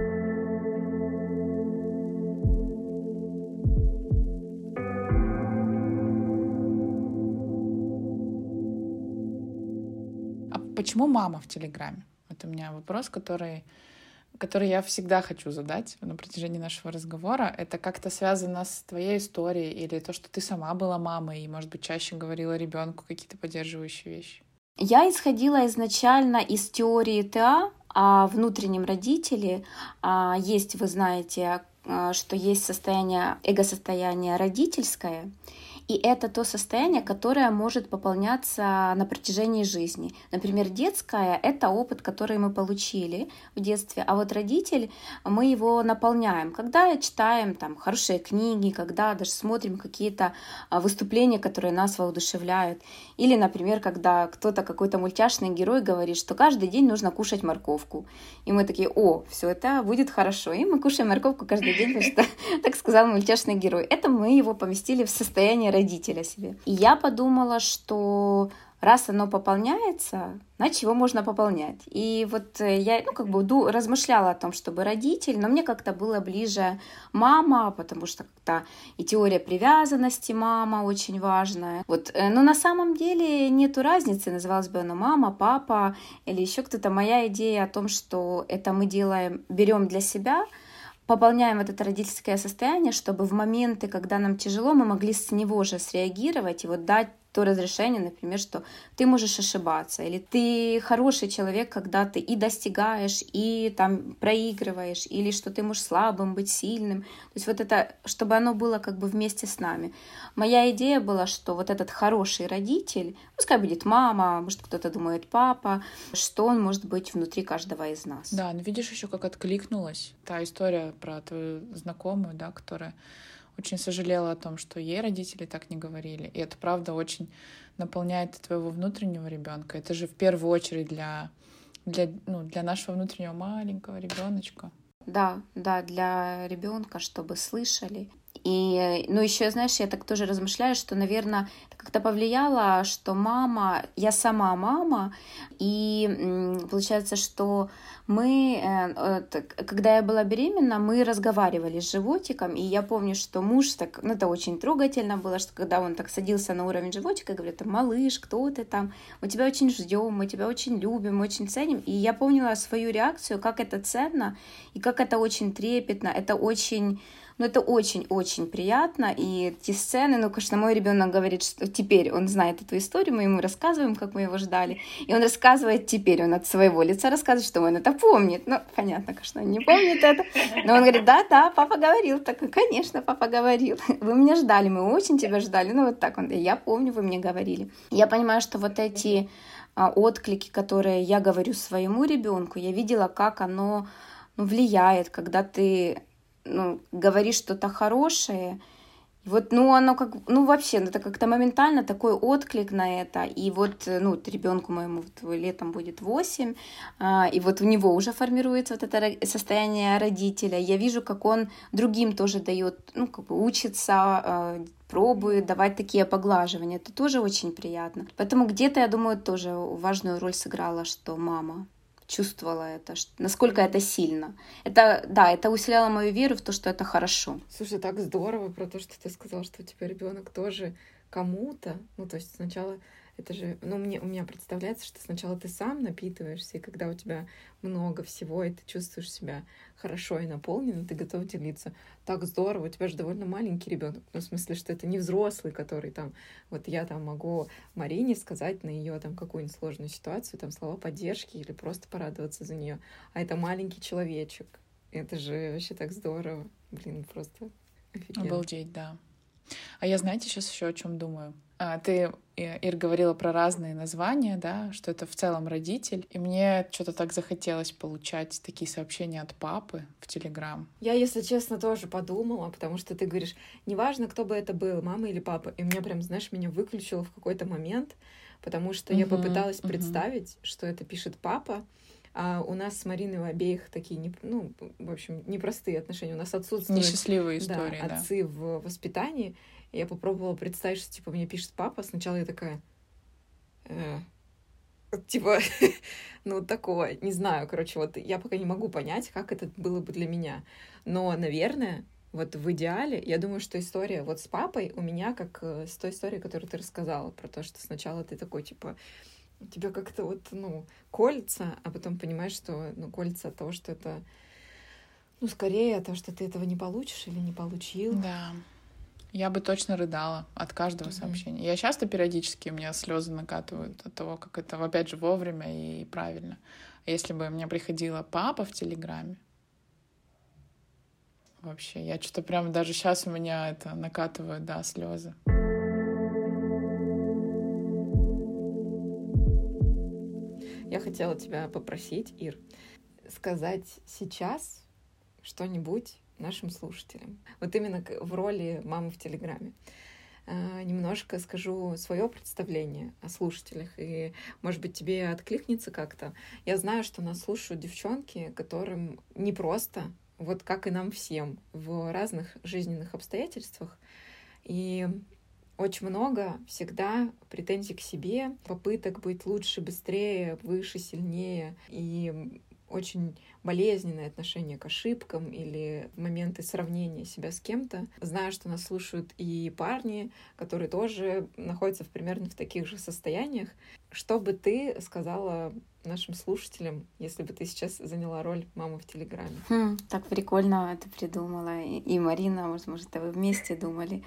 Почему мама в Телеграме? Это у меня вопрос, который, который я всегда хочу задать на протяжении нашего разговора. Это как-то связано с твоей историей или то, что ты сама была мамой и, может быть, чаще говорила ребенку какие-то поддерживающие вещи? Я исходила изначально из теории ТА о внутреннем родителе. Есть, вы знаете, что есть состояние, эго-состояние родительское, и это то состояние, которое может пополняться на протяжении жизни. Например, детское — это опыт, который мы получили в детстве, а вот родитель, мы его наполняем, когда читаем там хорошие книги, когда даже смотрим какие-то выступления, которые нас воодушевляют. Или, например, когда кто-то, какой-то мультяшный герой говорит, что каждый день нужно кушать морковку. И мы такие, о, все это будет хорошо. И мы кушаем морковку каждый день, потому что так сказал мультяшный герой. Это мы его поместили в состояние родителя себе. И я подумала, что раз оно пополняется, значит, его можно пополнять. И вот я, ну, как бы размышляла о том, чтобы родитель, но мне как-то было ближе мама, потому что как-то и теория привязанности мама очень важная. Вот, но на самом деле нету разницы, называлась бы она мама, папа или еще кто-то. Моя идея о том, что это мы делаем, берем для себя, пополняем вот это родительское состояние, чтобы в моменты, когда нам тяжело, мы могли с него же среагировать и вот дать то разрешение, например, что ты можешь ошибаться, или ты хороший человек, когда ты и достигаешь, и там проигрываешь, или что ты можешь слабым быть, сильным. То есть вот это, чтобы оно было как бы вместе с нами. Моя идея была, что вот этот хороший родитель, пускай будет мама, может кто-то думает папа, что он может быть внутри каждого из нас. Да, но видишь еще, как откликнулась та история про твою знакомую, да, которая очень сожалела о том, что ей родители так не говорили. И это, правда, очень наполняет твоего внутреннего ребенка. Это же в первую очередь для, для, ну, для нашего внутреннего маленького ребеночка. Да, да, для ребенка, чтобы слышали. И, ну, еще, знаешь, я так тоже размышляю, что, наверное, это как-то повлияло, что мама, я сама мама, и получается, что мы, когда я была беременна, мы разговаривали с животиком, и я помню, что муж, так, ну, это очень трогательно было, что когда он так садился на уровень животика, говорит, малыш, кто ты там, мы тебя очень ждем, мы тебя очень любим, очень ценим, и я помнила свою реакцию, как это ценно, и как это очень трепетно, это очень... Ну, это очень-очень приятно, и эти сцены, ну, конечно, мой ребенок говорит, что теперь он знает эту историю, мы ему рассказываем, как мы его ждали, и он рассказывает теперь, он от своего лица рассказывает, что он это помнит. Ну, понятно, конечно, он не помнит это, но он говорит, да-да, папа говорил, так, конечно, папа говорил, вы меня ждали, мы очень тебя ждали, ну, вот так он, я помню, вы мне говорили. Я понимаю, что вот эти а, отклики, которые я говорю своему ребенку, я видела, как оно, ну, влияет, когда ты... ну, говоришь что-то хорошее, Вот, ну, оно как, ну, вообще, ну, это как-то моментально такой отклик на это. И вот, ну, вот ребенку моему вот летом будет восемь, а, и вот у него уже формируется вот это состояние родителя. Я вижу, как он другим тоже дает, ну, как бы учится, а, пробует давать такие поглаживания. Это тоже очень приятно. Поэтому где-то, я думаю, тоже важную роль сыграла, что мама чувствовала это, что, насколько это сильно. Это, да, это усиляло мою веру в то, что это хорошо. Слушай, так здорово про то, что ты сказала, что у тебя ребенок тоже кому-то. Ну, то есть сначала это же, ну, мне, у меня представляется, что сначала ты сам напитываешься, и когда у тебя много всего, и ты чувствуешь себя хорошо и наполненно, ты готов делиться. Так здорово, у тебя же довольно маленький ребенок. Ну, в смысле, что это не взрослый, который там, вот я там могу Марине сказать на ее там какую-нибудь сложную ситуацию, там слова поддержки или просто порадоваться за нее. А это маленький человечек. Это же вообще так здорово. Блин, просто офигенно. Обалдеть, да. А я, знаете, сейчас еще о чем думаю. А, ты, Ир, говорила про разные названия, да, что это в целом родитель. И мне что-то так захотелось получать такие сообщения от папы в Телеграм. Я, если честно, тоже подумала, потому что ты говоришь, неважно, кто бы это был, мама или папа. И меня прям, знаешь, меня выключило в какой-то момент, потому что uh-huh, я попыталась uh-huh. представить, что это пишет папа. А у нас с Мариной у обеих такие, не, ну, в общем, непростые отношения. У нас отсутствуют... Несчастливые истории, да, да. отцы в воспитании. И я попробовала представить, что, типа, мне пишет папа. Сначала я такая... Э, типа, ну, такое, не знаю. Короче, вот я пока не могу понять, как это было бы для меня. Но, наверное, вот в идеале, я думаю, что история вот с папой у меня как с той историей, которую ты рассказала, про то, что сначала ты такой, типа... У тебя как-то вот, ну, колется, а потом понимаешь, что, ну, колется от того, что это, ну, скорее от того, что ты этого не получишь или не получил. Да. Я бы точно рыдала от каждого mm-hmm. сообщения. Я часто периодически, у меня слезы накатывают от того, как это, опять же, вовремя и правильно. А если бы мне приходила папа в Телеграме, вообще, я что-то прям даже сейчас у меня это накатывают, да, слезы. Я хотела тебя попросить, Ир, сказать сейчас что-нибудь нашим слушателям. Вот именно в роли мамы в Телеграме. Немножко скажу свое представление о слушателях, и, может быть, тебе откликнется как-то. Я знаю, что нас слушают девчонки, которым непросто, вот как и нам всем, в разных жизненных обстоятельствах. И очень много всегда претензий к себе, попыток быть лучше, быстрее, выше, сильнее. И очень болезненное отношение к ошибкам или моменты сравнения себя с кем-то. Знаю, что нас слушают и парни, которые тоже находятся в, примерно в таких же состояниях. Что бы ты сказала нашим слушателям, если бы ты сейчас заняла роль мамы в Телеграме? Хм, так прикольно это придумала. И Марина, может, может, вы вместе думали.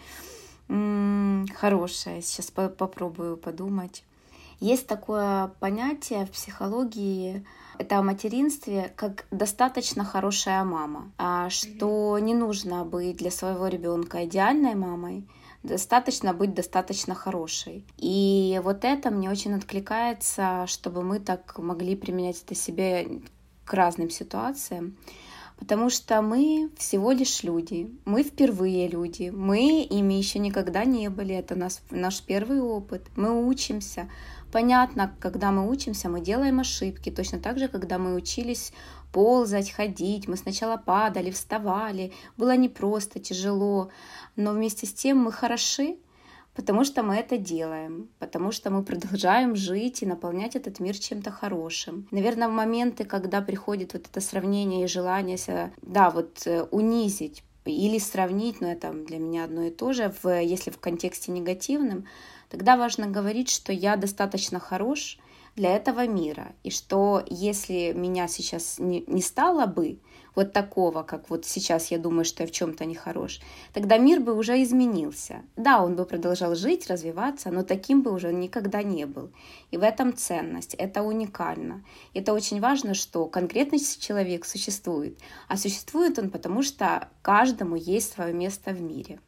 М-м, хорошая, сейчас по- попробую подумать. Есть такое понятие в психологии, это о материнстве, как достаточно хорошая мама, а что не нужно быть для своего ребенка идеальной мамой, достаточно быть достаточно хорошей. И вот это мне очень откликается, чтобы мы так могли применять это себе к разным ситуациям. Потому что мы всего лишь люди, мы впервые люди, мы ими еще никогда не были, это наш, наш первый опыт, мы учимся. Понятно, когда мы учимся, мы делаем ошибки, точно так же, когда мы учились ползать, ходить, мы сначала падали, вставали, было непросто, тяжело, но вместе с тем мы хороши, потому что мы это делаем, потому что мы продолжаем жить и наполнять этот мир чем-то хорошим. Наверное, в моменты, когда приходит вот это сравнение и желание себя, да, вот унизить или сравнить, но это для меня одно и то же, в, если в контексте негативном, тогда важно говорить, что я достаточно хорош для этого мира, и что если меня сейчас не, не стало бы вот такого, как вот сейчас я думаю, что я в чем-то не хорош, тогда мир бы уже изменился. Да, он бы продолжал жить, развиваться, но таким бы уже никогда не был. И в этом ценность, это уникально. Это очень важно, что конкретный человек существует, а существует он потому, что каждому есть свое место в мире.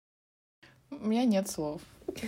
У меня нет слов.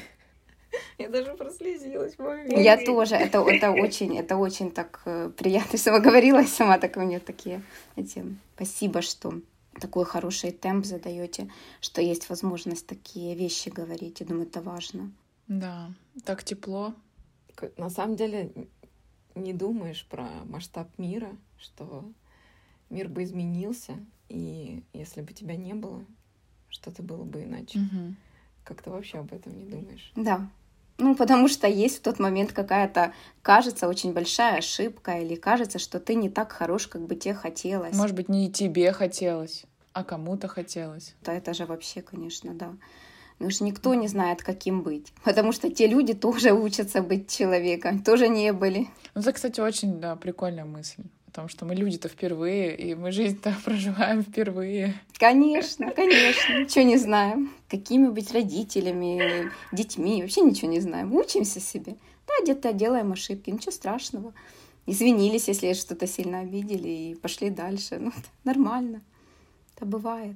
Я даже прослезилась в моменте. Я тоже. Это, это, очень, это очень так приятно. Я сама говорила, и сама так у меня такие эти... Спасибо, что такой хороший темп задаете, что есть возможность такие вещи говорить. Я думаю, это важно. Да, так тепло. На самом деле не думаешь про масштаб мира, что мир бы изменился, и если бы тебя не было, что-то было бы иначе. Угу. Как-то вообще об этом не думаешь. Да. Ну, потому что есть в тот момент какая-то, кажется, очень большая ошибка, или кажется, что ты не так хорош, как бы тебе хотелось. Может быть, не тебе хотелось, а кому-то хотелось. Да, это же вообще, конечно, да. Потому что никто не знает, каким быть. Потому что те люди тоже учатся быть человеком, тоже не были. Ну, это, кстати, очень, да, прикольная мысль. Потому что мы люди-то впервые, и мы жизнь-то проживаем впервые. Конечно, конечно. Ничего не знаем. Какими быть родителями, детьми. Вообще ничего не знаем. Учимся себе. Да, где-то делаем ошибки. Ничего страшного. Извинились, если что-то сильно обидели, и пошли дальше. Ну, это нормально. Это бывает.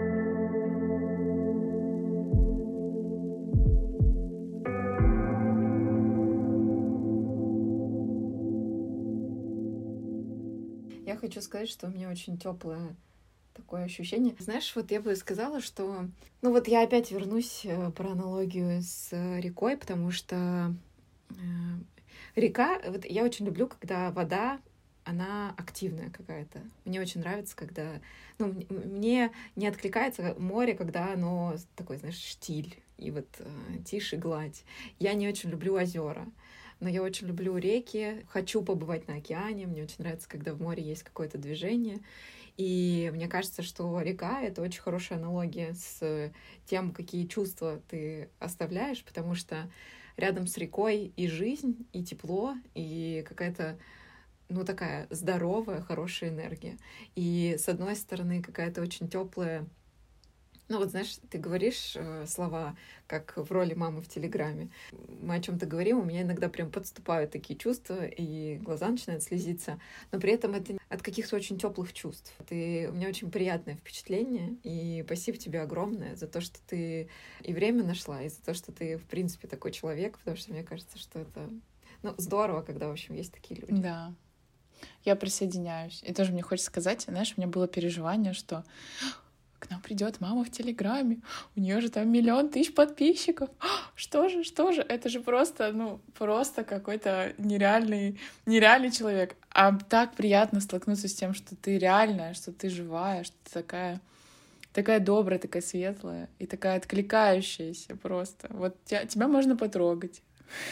Я хочу сказать, что у меня очень теплое такое ощущение. Знаешь, вот я бы сказала, что... Ну вот я опять вернусь про аналогию с рекой, потому что э, река... Вот я очень люблю, когда вода, она активная какая-то. Мне очень нравится, когда... Ну, мне не откликается море, когда оно такой, знаешь, штиль и вот э, тишь и гладь. Я не очень люблю озера. Но я очень люблю реки, хочу побывать на океане, мне очень нравится, когда в море есть какое-то движение. И мне кажется, что река — это очень хорошая аналогия с тем, какие чувства ты оставляешь, потому что рядом с рекой и жизнь, и тепло, и какая-то, ну, такая здоровая, хорошая энергия. И, с одной стороны, какая-то очень теплая... Ну вот, знаешь, ты говоришь э, слова, как в роли мамы в Телеграме. Мы о чем-то говорим, у меня иногда прям подступают такие чувства, и глаза начинают слезиться. Но при этом это от каких-то очень теплых чувств. Ты, у меня очень приятное впечатление, и спасибо тебе огромное за то, что ты и время нашла, и за то, что ты, в принципе, такой человек, потому что мне кажется, что это, ну, здорово, когда, в общем, есть такие люди. Да, я присоединяюсь. И тоже мне хочется сказать, знаешь, у меня было переживание, что к нам придет мама в Телеграме, у нее же там миллион тысяч подписчиков. Что же, что же? Это же просто, ну, просто какой-то нереальный, нереальный человек. А так приятно столкнуться с тем, что ты реальная, что ты живая, что ты такая, такая добрая, такая светлая и такая откликающаяся просто. Вот тебя, тебя можно потрогать.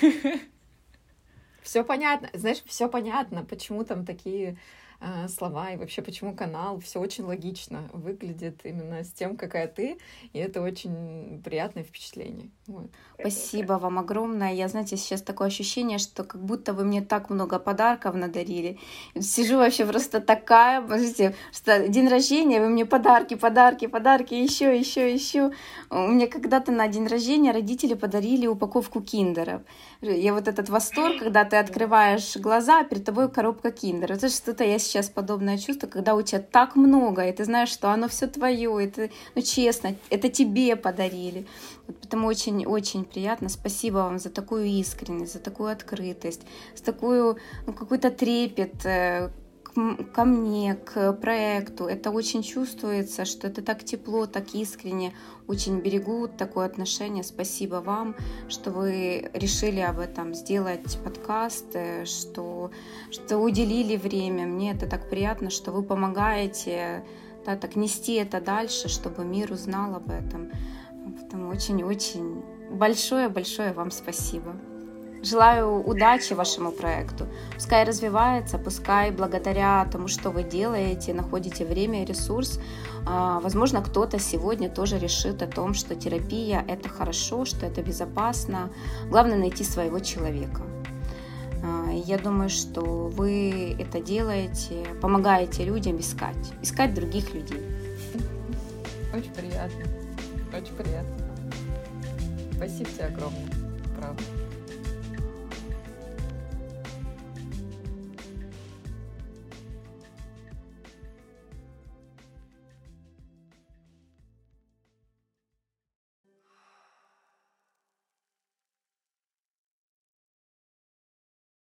Все понятно. Знаешь, все понятно, почему там такие слова и вообще почему канал, все очень логично выглядит именно с тем, какая ты, и это очень приятное впечатление. Вот. Спасибо вам огромное. Я, знаете, сейчас такое ощущение, что как будто вы мне так много подарков надарили. Сижу вообще просто такая, подождите, что день рождения, вы мне подарки, подарки, подарки, еще, еще, еще. У меня когда-то на день рождения родители подарили упаковку киндеров. Я вот этот восторг, когда ты открываешь глаза, перед тобой коробка киндеров. Это что-то я сейчас подобное чувство, когда у тебя так много, и ты знаешь, что оно все твое, это, ну честно, это тебе подарили. Вот поэтому очень-очень приятно. Спасибо вам за такую искренность, за такую открытость, за такую, ну, какой-то трепет к, ко мне, к проекту. Это очень чувствуется, что это так тепло, так искренне, очень берегут такое отношение. Спасибо вам, что вы решили об этом сделать подкаст, что, что уделили время. Мне это так приятно, что вы помогаете, да, так нести это дальше, чтобы мир узнал об этом. Поэтому очень-очень большое-большое вам спасибо. Желаю удачи вашему проекту. Пускай развивается, пускай благодаря тому, что вы делаете, находите время и ресурс. Возможно, кто-то сегодня тоже решит о том, что терапия — это хорошо, что это безопасно. Главное — найти своего человека. Я думаю, что вы это делаете, помогаете людям искать, искать других людей. Очень приятно. Очень приятно. Спасибо тебе огромное. Правда.